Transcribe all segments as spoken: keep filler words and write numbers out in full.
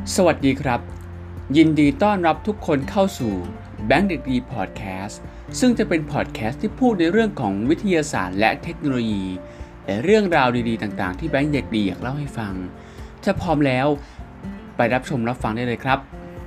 สวัสดีครับยินดีต้อนรับทุกคนเข้าสู่แบงค์เด็กดีพอดแคสต์ซึ่งจะเป็นพอดแคสต์ที่พูดในเรื่องของวิทยาศาสตร์และเทคโนโลยีและเรื่องราวดีๆต่างๆที่แบงค์เด็กดีอยากเล่าให้ฟังถ้าพร้อมแล้วไปรับชมรับฟังได้เลยครับ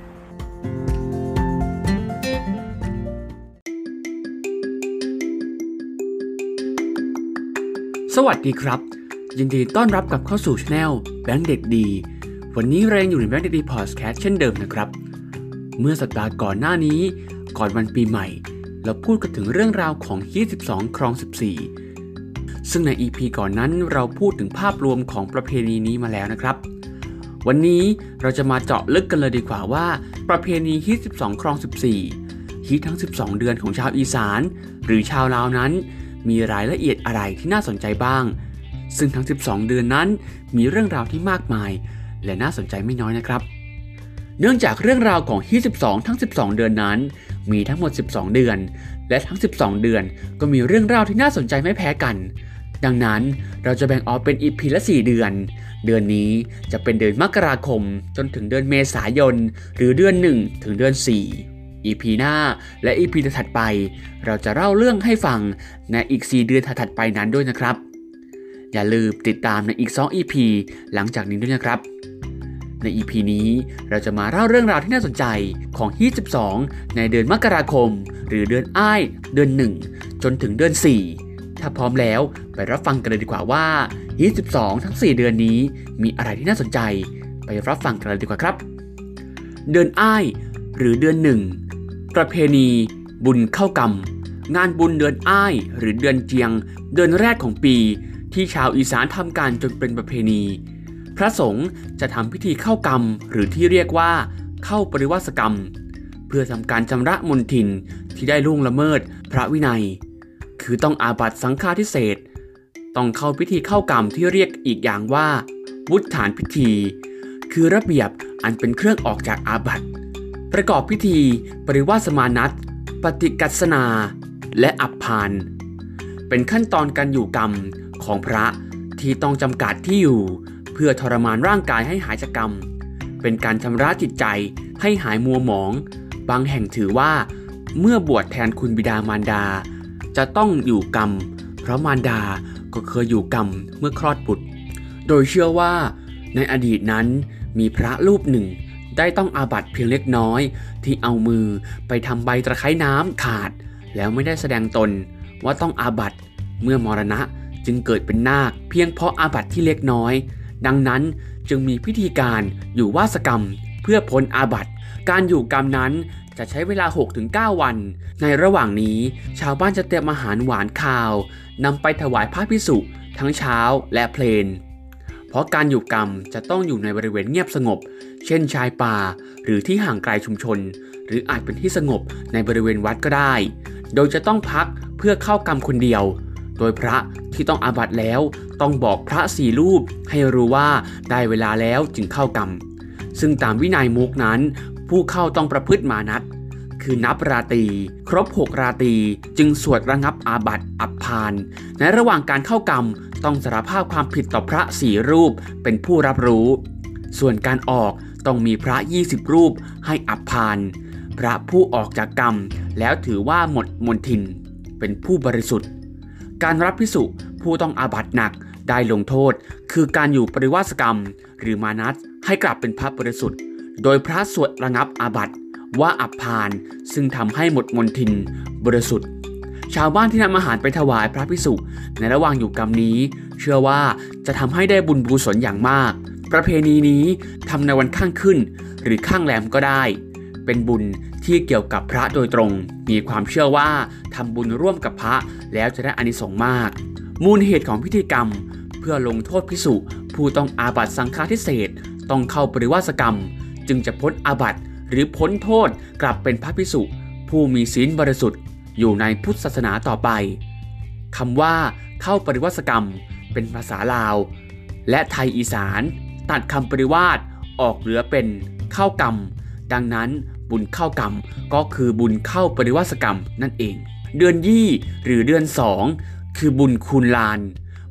สวัสดีครับยินดีต้อนรับกลับเข้าสู่ Channel แบงค์เด็กดีวันนี้เรายังอยู่ในแบงค์เด็กดีพอดแคสต์เช่นเดิมนะครับเมื่อสัปดาห์ก่อนหน้านี้ก่อนวันปีใหม่เราพูดกันถึงเรื่องราวของฮีทสิบสองครองสิบสี่ซึ่งใน อี พี ก่อนนั้นเราพูดถึงภาพรวมของประเพณีนี้มาแล้วนะครับวันนี้เราจะมาเจาะลึกกันเลยดีกว่าว่าประเพณีฮีทสิบสองครองสิบสี่ฮีททั้งสิบสองเดือนของชาวอีสานหรือชาวลาวนั้นมีรายละเอียดอะไรที่น่าสนใจบ้างซึ่งทั้งสิบสองเดือนนั้นมีเรื่องราวที่มากมายและน่าสนใจไม่น้อยนะครับเนื่องจากเรื่องราวของฮีทสิบสองทั้งสิบสองเดือนนั้นมีทั้งหมดสิบสองเดือนและทั้งสิบสองเดือนก็มีเรื่องราวที่น่าสนใจไม่แพ้กันดังนั้นเราจะแบ่งออกเป็น อี พี ละสี่เดือนเดือนนี้จะเป็นเดือนมกราคมจนถึงเดือนเมษายนหรือเดือนหนึ่งถึงเดือนสี่ อี พี หน้าและ อี พี ถัดไปเราจะเล่าเรื่องให้ฟังในอีกสี่เดือนถัดไปนั้นด้วยนะครับอย่าลืมติดตามในอีกสอง อี พี หลังจากนี้ด้วยนะครับใน อี พี นี้เราจะมาเล่าเรื่องราวที่น่าสนใจของฮีทสิบสองในเดือนมกราคมหรือเดือนอ้ายเดือนหนึ่งจนถึงเดือนสี่ถ้าพร้อมแล้วไปรับฟังกันเลยดีกว่าว่าฮีทสิบสองทั้งสี่เดือนนี้มีอะไรที่น่าสนใจไปรับฟังกันเลยดีกว่าครับเดือนอ้ายหรือเดือนหนึ่งประเพณีบุญเข้ากรรมงานบุญเดือนอ้ายหรือเดือนเจียงเดือนแรกของปีที่ชาวอีสานทำการจนเป็นประเพณีพระสงฆ์จะทำพิธีเข้ากรรมหรือที่เรียกว่าเข้าปริวาสกรรมเพื่อทำการชำระมลทินที่ได้ล่วงละเมิดพระวินัยคือต้องอาบัติสังฆาทิเศษต้องเข้าพิธีเข้ากรรมที่เรียกอีกอย่างว่าวุฒฐานพิธีคือระเบียบอันเป็นเครื่องออกจากอาบัติประกอบพิธีปริวาสมานัสปฏิกัสสนาและอัปพานเป็นขั้นตอนการอยู่กรรมของพระที่ต้องจำกัดที่อยู่เพื่อทรมานร่างกายให้หายจากกรรมเป็นการชำระจิตใจให้หายมัวหมองบางแห่งถือว่าเมื่อบวชแทนคุณบิดามารดาจะต้องอยู่กรรมเพราะมารดาก็เคยอยู่กรรมเมื่อคลอดบุตรโดยเชื่อว่าในอดีตนั้นมีพระรูปหนึ่งได้ต้องอาบัติเพียงเล็กน้อยที่เอามือไปทำใบตะไคร้น้ำขาดแล้วไม่ได้แสดงตนว่าต้องอาบัติเมื่อมรณะจึงเกิดเป็นนาคเพียงเพราะอาบัติที่เล็กน้อยดังนั้นจึงมีพิธีการอยู่วาสกรรมเพื่อพ้นอาบัติการอยู่กรรมนั้นจะใช้เวลา หกถึงเก้า วันในระหว่างนี้ชาวบ้านจะเตรียมอาหารหวานข้าวนำไปถวายพระภิกษุทั้งเช้าและเพลนเพราะการอยู่กรรมจะต้องอยู่ในบริเวณเงียบสงบเช่นชายป่าหรือที่ห่างไกลชุมชนหรืออาจเป็นที่สงบในบริเวณวัดก็ได้โดยจะต้องพักเพื่อเข้ากรรมคนเดียวโดยพระที่ต้องอาบัติแล้วต้องบอกพระสี่รูปให้รู้ว่าได้เวลาแล้วจึงเข้ากรรมซึ่งตามวินัยมุขนั้นผู้เข้าต้องประพฤติมานัสคือนับราตรีครบหกราตรีจึงสวดระงับอาบัติอัปพานในระหว่างการเข้ากรรมต้องสารภาพความผิดต่อพระสี่รูปเป็นผู้รับรู้ส่วนการออกต้องมีพระยี่สิบรูปให้อัปพานพระผู้ออกจากกรรมแล้วถือว่าหมดมลทินเป็นผู้บริสุทธิ์การรับภิกษุผู้ต้องอาบัติหนักได้ลงโทษคือการอยู่ปริวาสกรรมหรือมานัสให้กลับเป็นพระบริสุทธิ์โดยพระสวดระงับอาบัติว่าอัปพานซึ่งทำให้หมดมลทินบริสุทธิ์ชาวบ้านที่นำอาหารไปถวายพระภิกษุในระหว่างอยู่กรรมนี้เชื่อว่าจะทำให้ได้บุญกุศลอย่างมากประเพณีนี้ทำในวันข้างขึ้นหรือข้างแรมก็ได้เป็นบุญที่เกี่ยวกับพระโดยตรงมีความเชื่อว่าทำบุญร่วมกับพระแล้วจะได้อานิสงส์มากมูลเหตุของพิธีกรรมเพื่อลงโทษภิกษุผู้ต้องอาบัติสังฆาทิเศษต้องเข้าปริวาสกรรมจึงจะพ้นอาบัติหรือพ้นโทษกลับเป็นพระภิกษุผู้มีศีลบริสุทธิ์อยู่ในพุทธศาสนาต่อไปคำว่าเข้าปริวาสกรรมเป็นภาษาลาวและไทยอีสานตัดคำปริวาสออกเหลือเป็นเข้ากรรมดังนั้นบุญเข้ากรรมก็คือบุญเข้าปริวาสกรรมนั่นเองเดือนยี่หรือเดือนสองคือบุญคูณลาน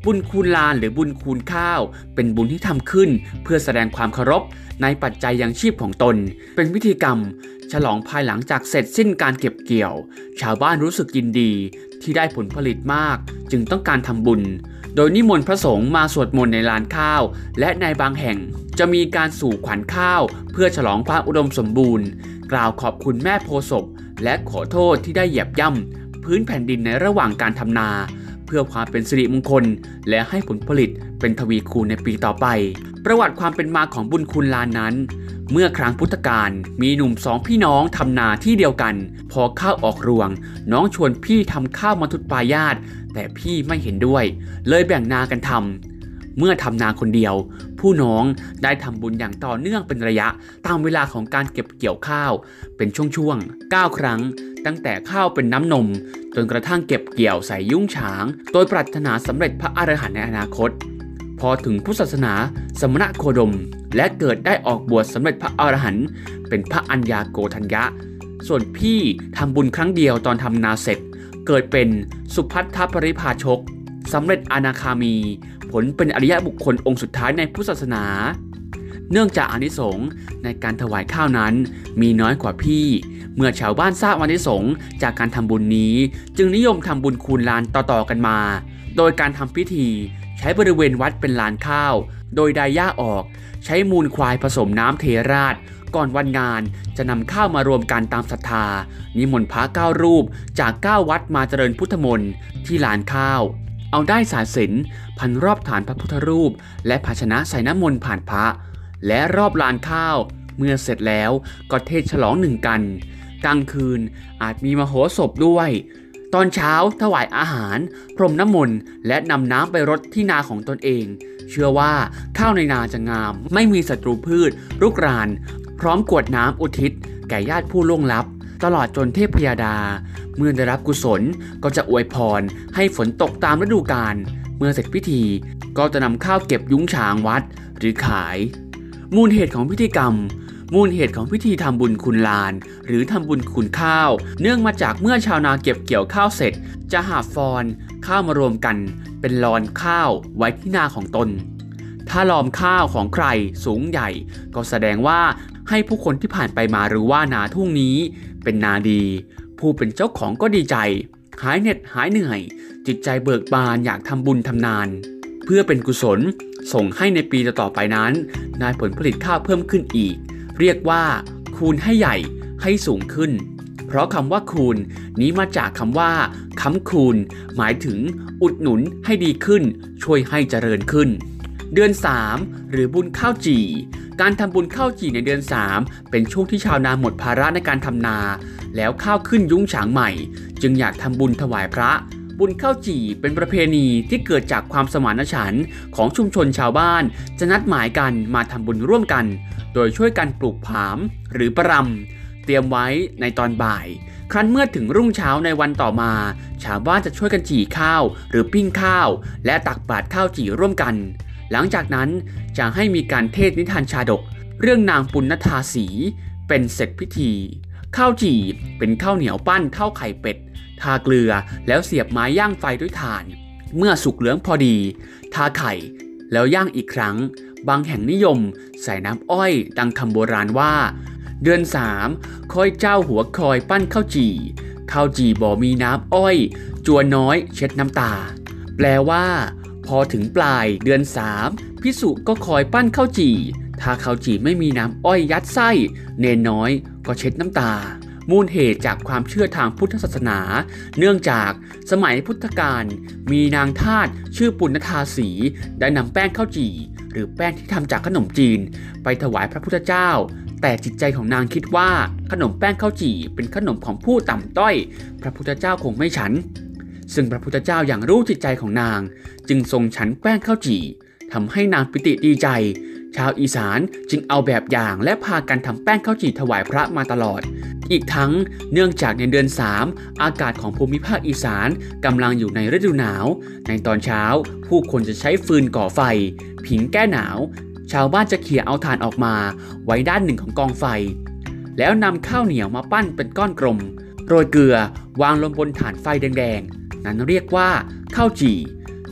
บุญคูณลานหรือบุญคูณข้าวเป็นบุญที่ทำขึ้นเพื่อแสดงความเคารพในปัจจัยยังชีพของตนเป็นพิธีกรรมฉลองภายหลังจากเสร็จสิ้นการเก็บเกี่ยวชาวบ้านรู้สึกยินดีที่ได้ผลผลิตมากจึงต้องการทำบุญโดยนิมนต์พระสงฆ์มาสวดมนต์ในลานข้าวและในบางแห่งจะมีการสู่ขวัญข้าวเพื่อฉลองความอุดมสมบูรณ์กล่าวขอบคุณแม่โพธิ์ศพและขอโทษที่ได้เหยียบย่ำพื้นแผ่นดินในระหว่างการทำนาเพื่อความเป็นสิริมงคลและให้ผลผลิตเป็นทวีคูณในปีต่อไปประวัติความเป็นมาของบุญคุณลานนั้นเมื่อครั้งพุทธกาลมีหนุ่มสองพี่น้องทำนาที่เดียวกันพอข้าวออกรวงน้องชวนพี่ทำข้าวมัทุปายาตแต่พี่ไม่เห็นด้วยเลยแบ่งนากันทำเมื่อทำนาคนเดียวผู้น้องได้ทำบุญอย่างต่อเนื่องเป็นระยะตามเวลาของการเก็บเกี่ยวข้าวเป็นช่วงๆเก้าครั้งตั้งแต่ข้าวเป็นน้ำนมจนกระทั่งเก็บเกี่ยวใส่ยุ้งฉางโดยปรารถนาสำเร็จพระอรหันต์ในอนาคตพอถึงพุทธศาสนาสมณโคดมและเกิดได้ออกบวชสำเร็จพระอรหันต์เป็นพระอัญญาโกฏัญญะส่วนพี่ทำบุญครั้งเดียวตอนทำนาเสร็จเกิดเป็นสุภัททปริภาชกสำเร็จอนาคามีผลเป็นอริยบุคคลองค์สุดท้ายในพุทธศาสนาเนื่องจากอานิสงส์ในการถวายข้าวนั้นมีน้อยกว่าพี่เมื่อชาวบ้านทราบอานิสงส์จากการทำบุญนี้จึงนิยมทำบุญคูณลานต่อๆกันมาโดยการทำพิธีใช้บริเวณวัดเป็นลานข้าวโดยไดหญ้าออกใช้มูลควายผสมน้ำเทราดก่อนวันงานจะนำข้าวมารวมกันตามศรัทธานิมนต์พระเก้ารูปจากเก้าวัดมาเจริญพุทธมนต์ที่ลานข้าวเอาได้สายสิญจน์พันรอบฐานพระพุทธรูปและภาชนะใส่น้ำมนต์ผ่านพระและรอบลานข้าวเมื่อเสร็จแล้วก็เทศฉลองหนึ่งกันกลางคืนอาจมีมโหสถด้วยตอนเช้าถวายอาหารพรมน้ำมนต์และนำน้ำไปรดที่นาของตนเองเชื่อว่าข้าวในนาจะงามไม่มีศัตรูพืชรุกรานพร้อมกรวดน้ำอุทิศแก่ญาติผู้ล่วงลับตลอดจนเทพยดาเมื่อได้รับกุศลก็จะอวยพรให้ฝนตกตามฤดูกาลเมื่อเสร็จพิธีก็จะนำข้าวเก็บยุ้งฉางวัดหรือขายมูลเหตุของพิธีกรรมมูลเหตุของพิธีทำบุญคุณลานหรือทำบุญคุณข้าวเนื่องมาจากเมื่อชาวนาเก็บเกี่ยวข้าวเสร็จจะหาฟอนข้าวมารวมกันเป็นลอนข้าวไว้ที่นาของตนถ้าลอมข้าวของใครสูงใหญ่ก็แสดงว่าให้ผู้คนที่ผ่านไปมารู้ว่านาทุ่งนี้เป็นนาดีผู้เป็นเจ้าของก็ดีใจหายเหน็ดหายเหนื่อยจิตใจเบิกบานอยากทำบุญทำนานเพื่อเป็นกุศลส่งให้ในปีต่อๆไปนั้นได้ผลผลิตข้าวเพิ่มขึ้นอีกเรียกว่าคูณให้ใหญ่ให้สูงขึ้นเพราะคำว่าคูณนี้มาจากคำว่าค้ำคูณหมายถึงอุดหนุนให้ดีขึ้นช่วยให้เจริญขึ้นเดือนสามหรือบุญข้าวจี่การทำบุญข้าวจี่ในเดือนสามเป็นช่วงที่ชาวนาหมดภาระในการทำนาแล้วข้าวขึ้นยุ้งฉางใหม่จึงอยากทำบุญถวายพระบุญข้าวจี่เป็นประเพณีที่เกิดจากความสมานฉันท์ของชุมชนชาวบ้านจะนัดหมายกันมาทำบุญร่วมกันโดยช่วยกันปลูกผามหรือประรำเตรียมไว้ในตอนบ่ายครั้นเมื่อถึงรุ่งเช้าในวันต่อมาชาวบ้านจะช่วยกันจี่ข้าวหรือปิ้งข้าวและตักบาตรข้าวจี่ร่วมกันหลังจากนั้นจะให้มีการเทศนิทานชาดกเรื่องนางปุณณธาสีเป็นเสร็จพิธีข้าวจี่เป็นข้าวเหนียวปั้นเท่าไข่เป็ดทาเกลือแล้วเสียบไม้ย่างไฟด้วยถ่านเมื่อสุกเหลืองพอดีทาไข่แล้วย่างอีกครั้งบางแห่งนิยมใส่น้ำอ้อยดังคำโบราณว่าเดือนสามค่อยเจ้าหัวคอยปั้นข้าวจี่ข้าวจี่บ่มีน้ำอ้อยจัวน้อยเช็ดน้ำตาแปลว่าพอถึงปลายเดือนสามภิกษุก็คอยปั้นข้าวจี่ถ้าข้าวจี่ไม่มีน้ำอ้อยยัดไส้เนนน้อยก็เช็ดน้ำตามูลเหตุจากความเชื่อทางพุทธศาสนาเนื่องจากสมัยพุทธกาลมีนางทาสชื่อปุณณธาสีได้นำแป้งข้าวจี่หรือแป้งที่ทำจากขนมจีนไปถวายพระพุทธเจ้าแต่จิตใจของนางคิดว่าขนมแป้งข้าวจี่เป็นขนมของผู้ต่ำต้อยพระพุทธเจ้าคงไม่ฉันซึ่งพระพุทธเจ้าอย่างรู้จิตใจของนางจึงทรงฉันแป้งข้าวจี่ทำให้นางปิติดีใจชาวอีสานจึงเอาแบบอย่างและพากันทำแป้งข้าวจี่ถวายพระมาตลอดอีกทั้งเนื่องจากในเดือนสามอากาศของภูมิภาคอีสานกำลังอยู่ในฤดูหนาวในตอนเช้าผู้คนจะใช้ฟืนก่อไฟผิงแก้หนาวชาวบ้านจะเขี่ยเอาถ่านออกมาไว้ด้านหนึ่งของกองไฟแล้วนำข้าวเหนียวมาปั้นเป็นก้อนกลมโรยเกลือวางลงบนถ่านไฟแดงๆนั้นเรียกว่าข้าวจี่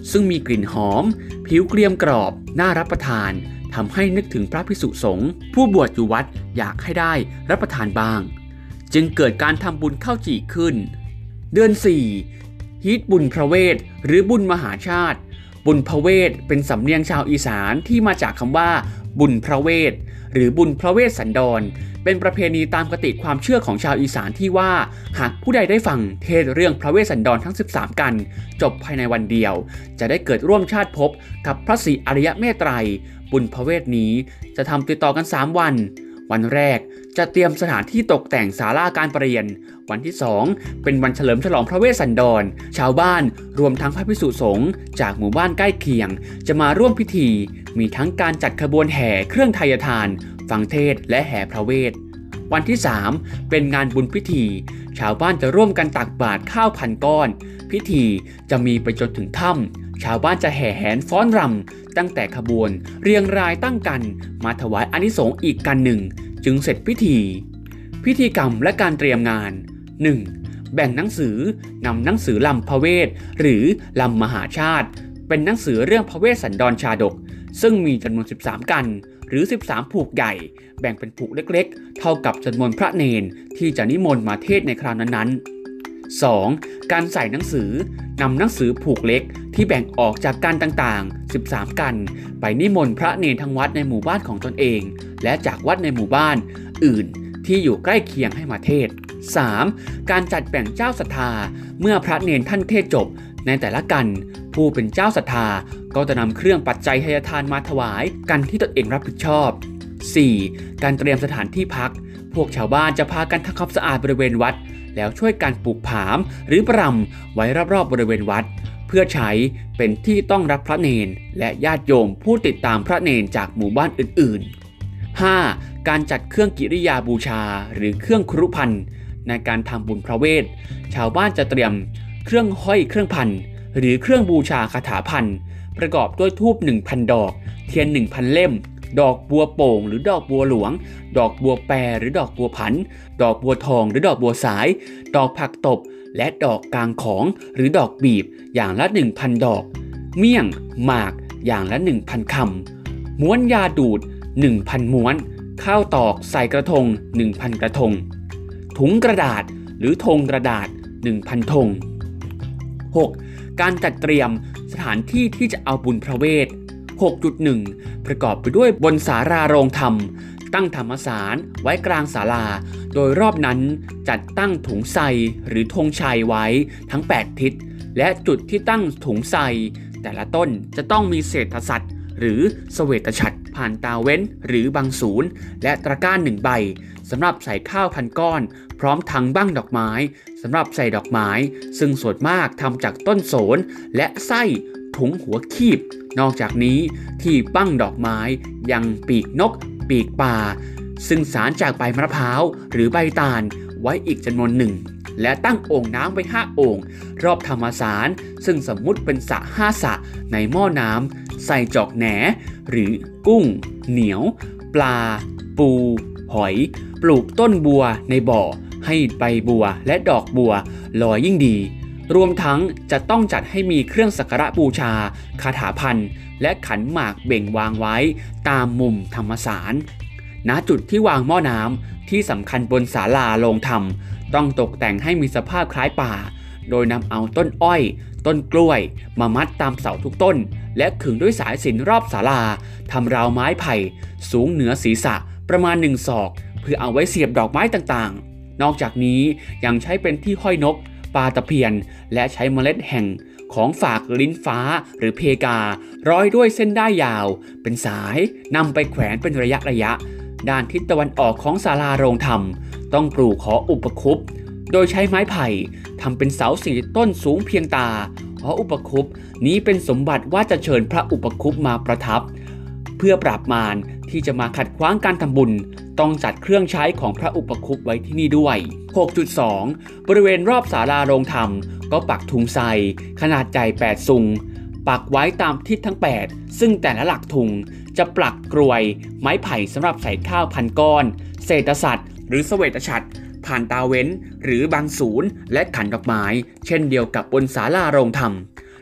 ซึ่งมีกลิ่นหอมผิวเกรียมกรอบน่ารับประทานทำให้นึกถึงพระภิกษุสงฆ์ผู้บวชอยู่วัดอยากให้ได้รับประทานบ้างจึงเกิดการทำบุญข้าวจี่ขึ้นเดือนสี่ฮีทบุญพระเวทหรือบุญมหาชาติบุญพระเวทเป็นสำเนียงชาวอีสานที่มาจากคำว่าบุญพระเวทหรือบุญพระเวสสันดรเป็นประเพณีตามคติความเชื่อของชาวอีสานที่ว่าหากผู้ใดได้ฟังเทศเรื่องพระเวสสันดรทั้งสิบสามกันจบภายในวันเดียวจะได้เกิดร่วมชาติภพกับพระศรีอริยเมตไตรบุญพระเวทนี้จะทำติดต่อกันสามวันวันแรกจะเตรียมสถานที่ตกแต่งศาลาการประเรียนวันที่สองเป็นวันเฉลิมฉลองพระเวสสันดรชาวบ้านรวมทั้งพระภิกษุสงฆ์จากหมู่บ้านใกล้เคียงจะมาร่วมพิธีมีทั้งการจัดขบวนแห่เครื่องไทยทานฟังเทศและแห่พระเวทวันที่สามเป็นงานบุญพิธีชาวบ้านจะร่วมกันตักบาตรข้าวพันก้อนพิธีจะมีไปจนถึงค่ำชาวบ้านจะแห่แหนฟ้อนรำตั้งแต่ขบวนเรียงรายตั้งกันมาถวายอานิสงส์อีกกันหนึ่งจึงเสร็จพิธีพิธีกรรมและการเตรียมงาน หนึ่ง. แบ่งหนังสือนำหนังสือลำพระเวทหรือลำมหาชาติเป็นหนังสือเรื่องพระเวสสันดรชาดกซึ่งมีจำนวนสิบสามกันหรือสิบสามผูกใหญ่แบ่งเป็นผูกเล็กๆเท่ากับจำนวนพระเนรที่จะนิมนต์มาเทศในคราวนั้นๆ สอง. การใส่หนังสือนำหนังสือผูกเล็กที่แบ่งออกจากกันต่างๆสิบสามกันไปนิมนต์พระเนรทั้งวัดในหมู่บ้านของตนเองและจากวัดในหมู่บ้านอื่นที่อยู่ใกล้เคียงให้มาเทศ สาม. การจัดแบ่งเจ้าศรัทธาเมื่อพระเนรท่านเทศจบในแต่ละกันผู้เป็นเจ้าศรัทธาก็จะนำเครื่องปัจจัยทายทานมาถวายกันที่ตนเองรับผิดชอบ สี่. การเตรียมสถานที่พักพวกชาวบ้านจะพากันทำความสะอาดบริเวณวัดแล้วช่วยกันปลูกผามหรือปรำไว้รอบๆบริเวณวัดเพื่อใช้เป็นที่ต้องรับพระเนรและญาติโยมผู้ติดตามพระเนรจากหมู่บ้านอื่นๆ ห้า. การจัดเครื่องกิริยาบูชาหรือเครื่องครุภัณฑ์ในการทำบุญพระเวทชาวบ้านจะเตรียมเครื่องห้อยเครื่องพันหรือเครื่องบูชาคาถาพันประกอบด้วยธูป หนึ่งพัน ดอกเทียน หนึ่งพัน เล่มดอกบัวโป่งหรือดอกบัวหลวงดอกบัวแปรหรือดอกบัวผันดอกบัวทองหรือดอกบัวสายดอกผักตบและดอกกางของหรือดอกบีบอย่างละ หนึ่งพัน ดอกเมี่ยงหมากอย่างละ หนึ่งพัน คำม้วนยาดูด หนึ่งพัน ม้วนข้าวตอกใส่กระทง หนึ่งพัน กระทงถุงกระดาษหรือธงกระดาษ หนึ่งพัน ธง หก. การจัดเตรียมสถานที่ที่จะเอาบุญพระเวท หกจุดหนึ่ง ประกอบไปด้วยบนศาลาโรงธรรมตั้งธรรมสารไว้กลางศาลาโดยรอบนั้นจัดตั้งถุงไทรหรือธงชัยไว้ทั้งแปดทิศและจุดที่ตั้งถุงไทรแต่ละต้นจะต้องมีเศรษฐสัตว์หรือเสวตฉัตรผ่านตาเว้นหรือบางศูนย์และตะกร้าหนึ่งใบสำหรับใส่ข้าวพันก้อนพร้อมทั้งบั้งดอกไม้สำหรับใส่ดอกไม้ซึ่งส่วนมากทำจากต้นโสนและไส้ถุงหัวคีบนอกจากนี้ที่บั้งดอกไม้ยังปีกนกปีกปลาซึ่งสารจากใบมะพร้าวหรือใบตาลไว้อีกจำนวนหนึ่งและตั้งโอ่งน้ำไว้ห้าโอ่งรอบธรรมสารซึ่งสมมุติเป็นสระห้าสระในหม้อน้ำใส่จอกแหนหรือกุ้งเหนียวปลาปูหอยปลูกต้นบัวในบ่อให้ใบบัวและดอกบัวลอยยิ่งดีรวมทั้งจะต้องจัดให้มีเครื่องสักการะบูชาคาถาพันและขันหมากเบ่งวางไว้ตามมุมธรรมสารณจุดที่วางหม้อน้ำที่สำคัญบนศาลาโรงธรรมต้องตกแต่งให้มีสภาพคล้ายป่าโดยนำเอาต้นอ้อยต้นกล้วยมามัดตามเสาทุกต้นและขึงด้วยสายสิญจน์รอบศาลาทำราวไม้ไผ่สูงเหนือศีรษะประมาณหนึ่งศอกเพื่อเอาไว้เสียบดอกไม้ต่างๆนอกจากนี้ยังใช้เป็นที่ห้อยนกปลาตะเพียนและใช้เมล็ดแห่งของฝากลิ้นฟ้าหรือเพการ้อยด้วยเส้นด้ายยาวเป็นสายนำไปแขวนเป็นระยะระยะด้านทิศตะวันออกของศาลาโรงธรรมต้องปลูกหออุปคุปโดยใช้ไม้ไผ่ทำเป็นเสาสี่ต้นสูงเพียงตาหออุปคุปนี้เป็นสมบัติว่าจะเชิญพระอุปคุปมาประทับเพื่อปราบมารที่จะมาขัดขวางการทำบุญต้องจัดเครื่องใช้ของพระอุปคุปไว้ที่นี่ด้วย หกจุดสอง บริเวณรอบศาลาโรงธรรมก็ปักธงไทรขนาดใหญ่แปดซุงปักไว้ตามทิศทั้งแปดซึ่งแต่ละหลักธงจะปักกรวยไม้ไผ่สำหรับใส่ข้าวพันก้อนเศรษฐสัตว์หรือเสวตฉัตรผ่านตาเว้นหรือบางศูนย์และขันดอกไม้เช่นเดียวกับบนศาลาโรงธรรม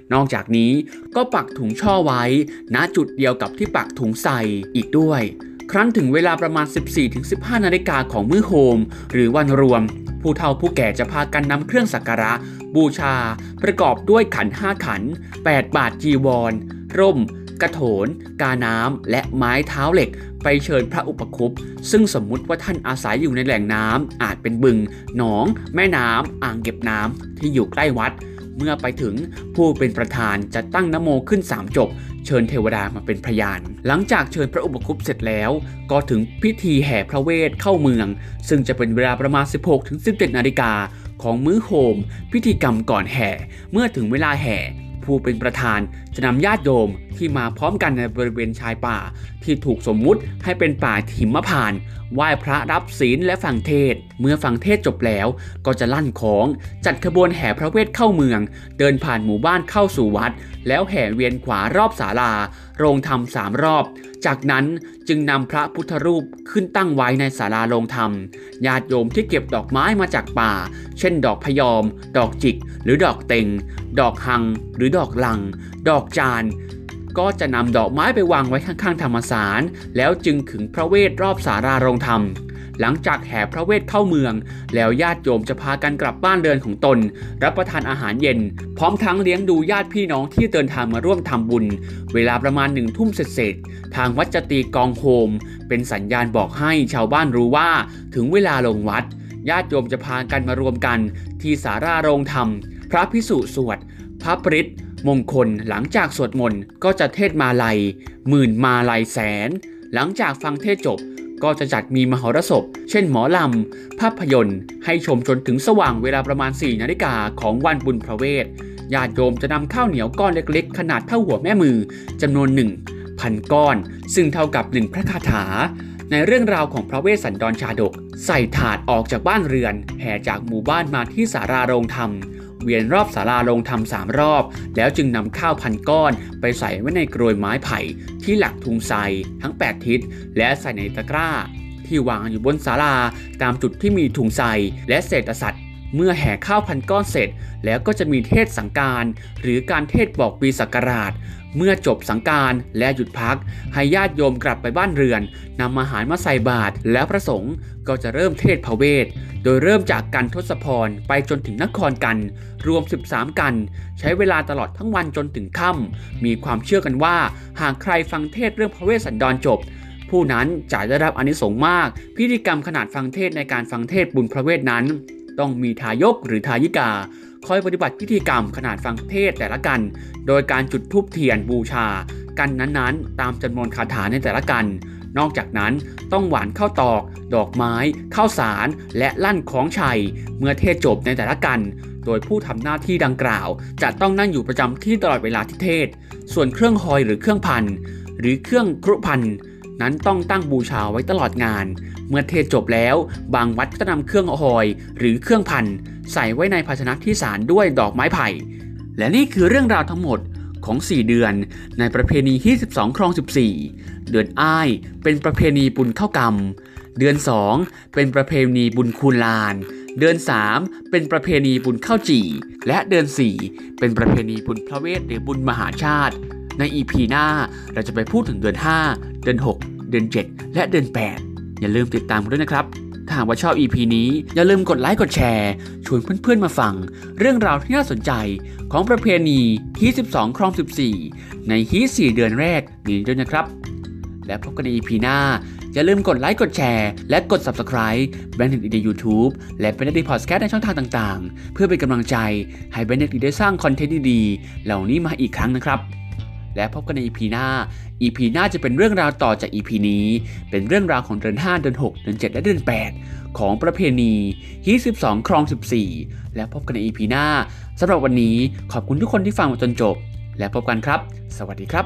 นอกจากนี้ก็ปักถุงช่อไว้ณจุดเดียวกับที่ปักถุงใส่อีกด้วยครั้นถึงเวลาประมาณ สิบสี่ถึงสิบห้า นาฬิกาของมื้อโฮมหรือวันรวมผู้เฒ่าผู้แก่จะพากันนำเครื่องสักการะบูชาประกอบด้วยขันห้าขันแปดบาทจีวรร่มกระโถนกาน้ำและไม้เท้าเหล็กไปเชิญพระอุปคุปซึ่งสมมุติว่าท่านอาศัยอยู่ในแหล่งน้ำอาจเป็นบึงหนองแม่น้ำอ่างเก็บน้ำที่อยู่ใกล้วัดเมื่อไปถึงผู้เป็นประธานจะตั้งนะโมขึ้นสามจบเชิญเทวดามาเป็นพยานหลังจากเชิญพระอุปคุปเสร็จแล้วก็ถึงพิธีแห่พระเวทเข้าเมืองซึ่งจะเป็นเวลาประมาณ สิบหกถึงสิบเจ็ด นาฬิกาของมื้อโฮมพิธีกรรมก่อนแห่เมื่อถึงเวลาแห่ผู้เป็นประธานจะนำญาติโยมที่มาพร้อมกันในบริเวณชายป่าที่ถูกสมมุติให้เป็นป่าหิมพานต์ไหว้พระรับศีลและฟังเทศเมื่อฟังเทศจบแล้วก็จะลั่นของจัดขบวนแห่พระเวทเข้าเมืองเดินผ่านหมู่บ้านเข้าสู่วัดแล้วแห่เวียนขวารอบศาลาโรงธรรมสามรอบจากนั้นจึงนำพระพุทธรูปขึ้นตั้งไว้ในศาลาโรงธรรมญาติโยมที่เก็บดอกไม้มาจากป่าเช่นดอกพยอมดอกจิกหรือดอกเต็งดอกหังหรือดอกลังดอกจานก็จะนำดอกไม้ไปวางไว้ข้างๆธรรมสารแล้วจึงขึงพระเวทรอบศาลาโรงธรรมหลังจากแห่พระเวทเข้าเมืองแล้วญาติโยมจะพากันกลับบ้านเรือนของตนรับประทานอาหารเย็นพร้อมทั้งเลี้ยงดูญาติพี่น้องที่เดินทางมาร่วมทำบุญเวลาประมาณหนึ่งทุ่มเศษๆทางวัดจะตีกองโฮมเป็นสัญญาณบอกให้ชาวบ้านรู้ว่าถึงเวลาลงวัดญาติโยมจะพากันมารวมกันที่ศาลาโรงธรรมพระภิกษุสวดพระปริตรมงคลหลังจากสวดมนต์ก็จะเทศมาลัยหมื่นมาลัยแสนหลังจากฟังเทศจบก็จะจัดมีมหรสพเช่นหมอลำภาพยนตร์ให้ชมจนถึงสว่างเวลาประมาณสี่นาฬิกาของวันบุญพระเวทญาติโยมจะนำข้าวเหนียวก้อนเล็กๆขนาดเท่าหัวแม่มือจำนวน หนึ่งพัน ก้อนซึ่งเท่ากับหนึ่งพระคาถาในเรื่องราวของพระเวสสันดรชาดกใส่ถาดออกจากบ้านเรือนแห่จากหมู่บ้านมาที่ศาลาโรงธรรมเวียนรอบศาลาโรงธรรมสามรอบแล้วจึงนำข้าวพันก้อนไปใส่ไว้ในกรวยไม้ไผ่ที่หลักทุงไทรทั้งแปดทิศและใส่ในตะกร้าที่วางอยู่บนศาลาตามจุดที่มีทุงไทรและเศษสัตว์เมื่อแห่ข้าวพันก้อนเสร็จแล้วก็จะมีเทศสังการหรือการเทศบอกปีศักราชเมื่อจบสังการและหยุดพักให้ญาติโยมกลับไปบ้านเรือนนำอาหารมาใส่บาตรแล้วพระสงฆ์ก็จะเริ่มเทศพระเวทโดยเริ่มจากกันทศพรไปจนถึงนครกันรวมสิบสามกันใช้เวลาตลอดทั้งวันจนถึงค่ำมีความเชื่อกันว่าหากใครฟังเทศเรื่องพระเวสสันดรจบผู้นั้นจะได้รับอานิสงส์มากพิธีกรรมขนาดฟังเทศในการฟังเทศบุญพระเวทนั้นต้องมีทายกหรือทายิกาคอยปฏิบัติพิธีกรรมขนาดฟังเทศแต่ละกันโดยการจุดธูปเทียนบูชากันนั้นๆตามจำนวนคาถาในแต่ละกันนอกจากนั้นต้องหว่านข้าวตอกดอกไม้ข้าวสารและลั่นของชัยเมื่อเทศจบในแต่ละกันโดยผู้ทำหน้าที่ดังกล่าวจะต้องนั่งอยู่ประจำที่ตลอดเวลาที่เทศส่วนเครื่องฮอยหรือเครื่องพันหรือเครื่องครุพันนั้นต้องตั้งบูชาไว้ตลอดงานเมื่อเทศจบแล้วบางวัดก็นำเครื่องฮอยหรือเครื่องพันใส่ไว้ในภาชนะที่สานด้วยดอกไม้ไผ่และนี่คือเรื่องราวทั้งหมดของสี่เดือนในประเพณีที่สิบสองครองสิบสี่เดือนอ้ายเป็นประเพณีบุญข้าวกำเดือนสองเป็นประเพณีบุญคูณลานเดือนสามเป็นประเพณีบุญข้าวจี่และเดือนสี่เป็นประเพณีบุญพระเวทหรือบุญมหาชาติใน อี พี หน้าเราจะไปพูดถึงเดือนห้าเดือนหกเดือนเจ็ดและเดือนแปดอย่าลืมติดตามกันด้วยนะครับถ้าหากว่าชอบ อี พี นี้อย่าลืมกดไลค์กดแชร์ชวนเพื่อนๆมาฟังเรื่องราวที่น่าสนใจของประเพณีฮีทสิบสองครองสิบสี่ในฮีทสี่เดือนแรกนี้ด้วยนะครับและพบกันใน อี พี หน้าอย่าลืมกดไลค์กดแชร์และกด Subscribe แบงค์เน็ตดีใน YouTube และแบงค์เน็ตดีพอดแคสต์ในช่องทางต่างๆเพื่อเป็นกำลังใจให้แบงค์เน็ตดีได้สร้างคอนเทนต์ดีๆเหล่านี้มาอีกครั้งนะครับและพบกันใน อี พี หน้า อี พี หน้าจะเป็นเรื่องราวต่อจาก อี พี นี้เป็นเรื่องราวของเดือนห้าเดือนหกเดือนเจ็ดและเดือนแปดของประเพณีฮีทสิบสองครองสิบสี่และพบกันใน อี พี หน้าสำหรับวันนี้ขอบคุณทุกคนที่ฟังมาจนจบและพบกันครับสวัสดีครับ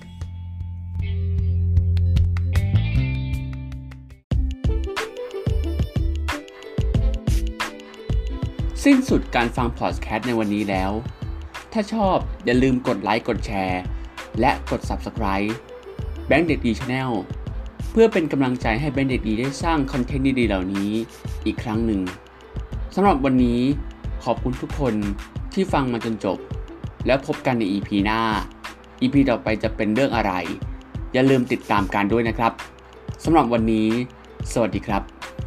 สิ้นสุดการฟังพอดแคสต์ในวันนี้แล้วถ้าชอบอย่าลืมกดไลค์กดแชร์และกด Subscribe แบงค์เด็กดี Channel เพื่อเป็นกำลังใจให้แบงค์เด็กดีได้สร้างคอนเทนต์ดีๆเหล่านี้อีกครั้งหนึ่งสำหรับวันนี้ขอบคุณทุกคนที่ฟังมาจนจบแล้วพบกันใน อี พี หน้า อี พี ต่อไปจะเป็นเรื่องอะไรอย่าลืมติดตามกันด้วยนะครับสำหรับวันนี้สวัสดีครับ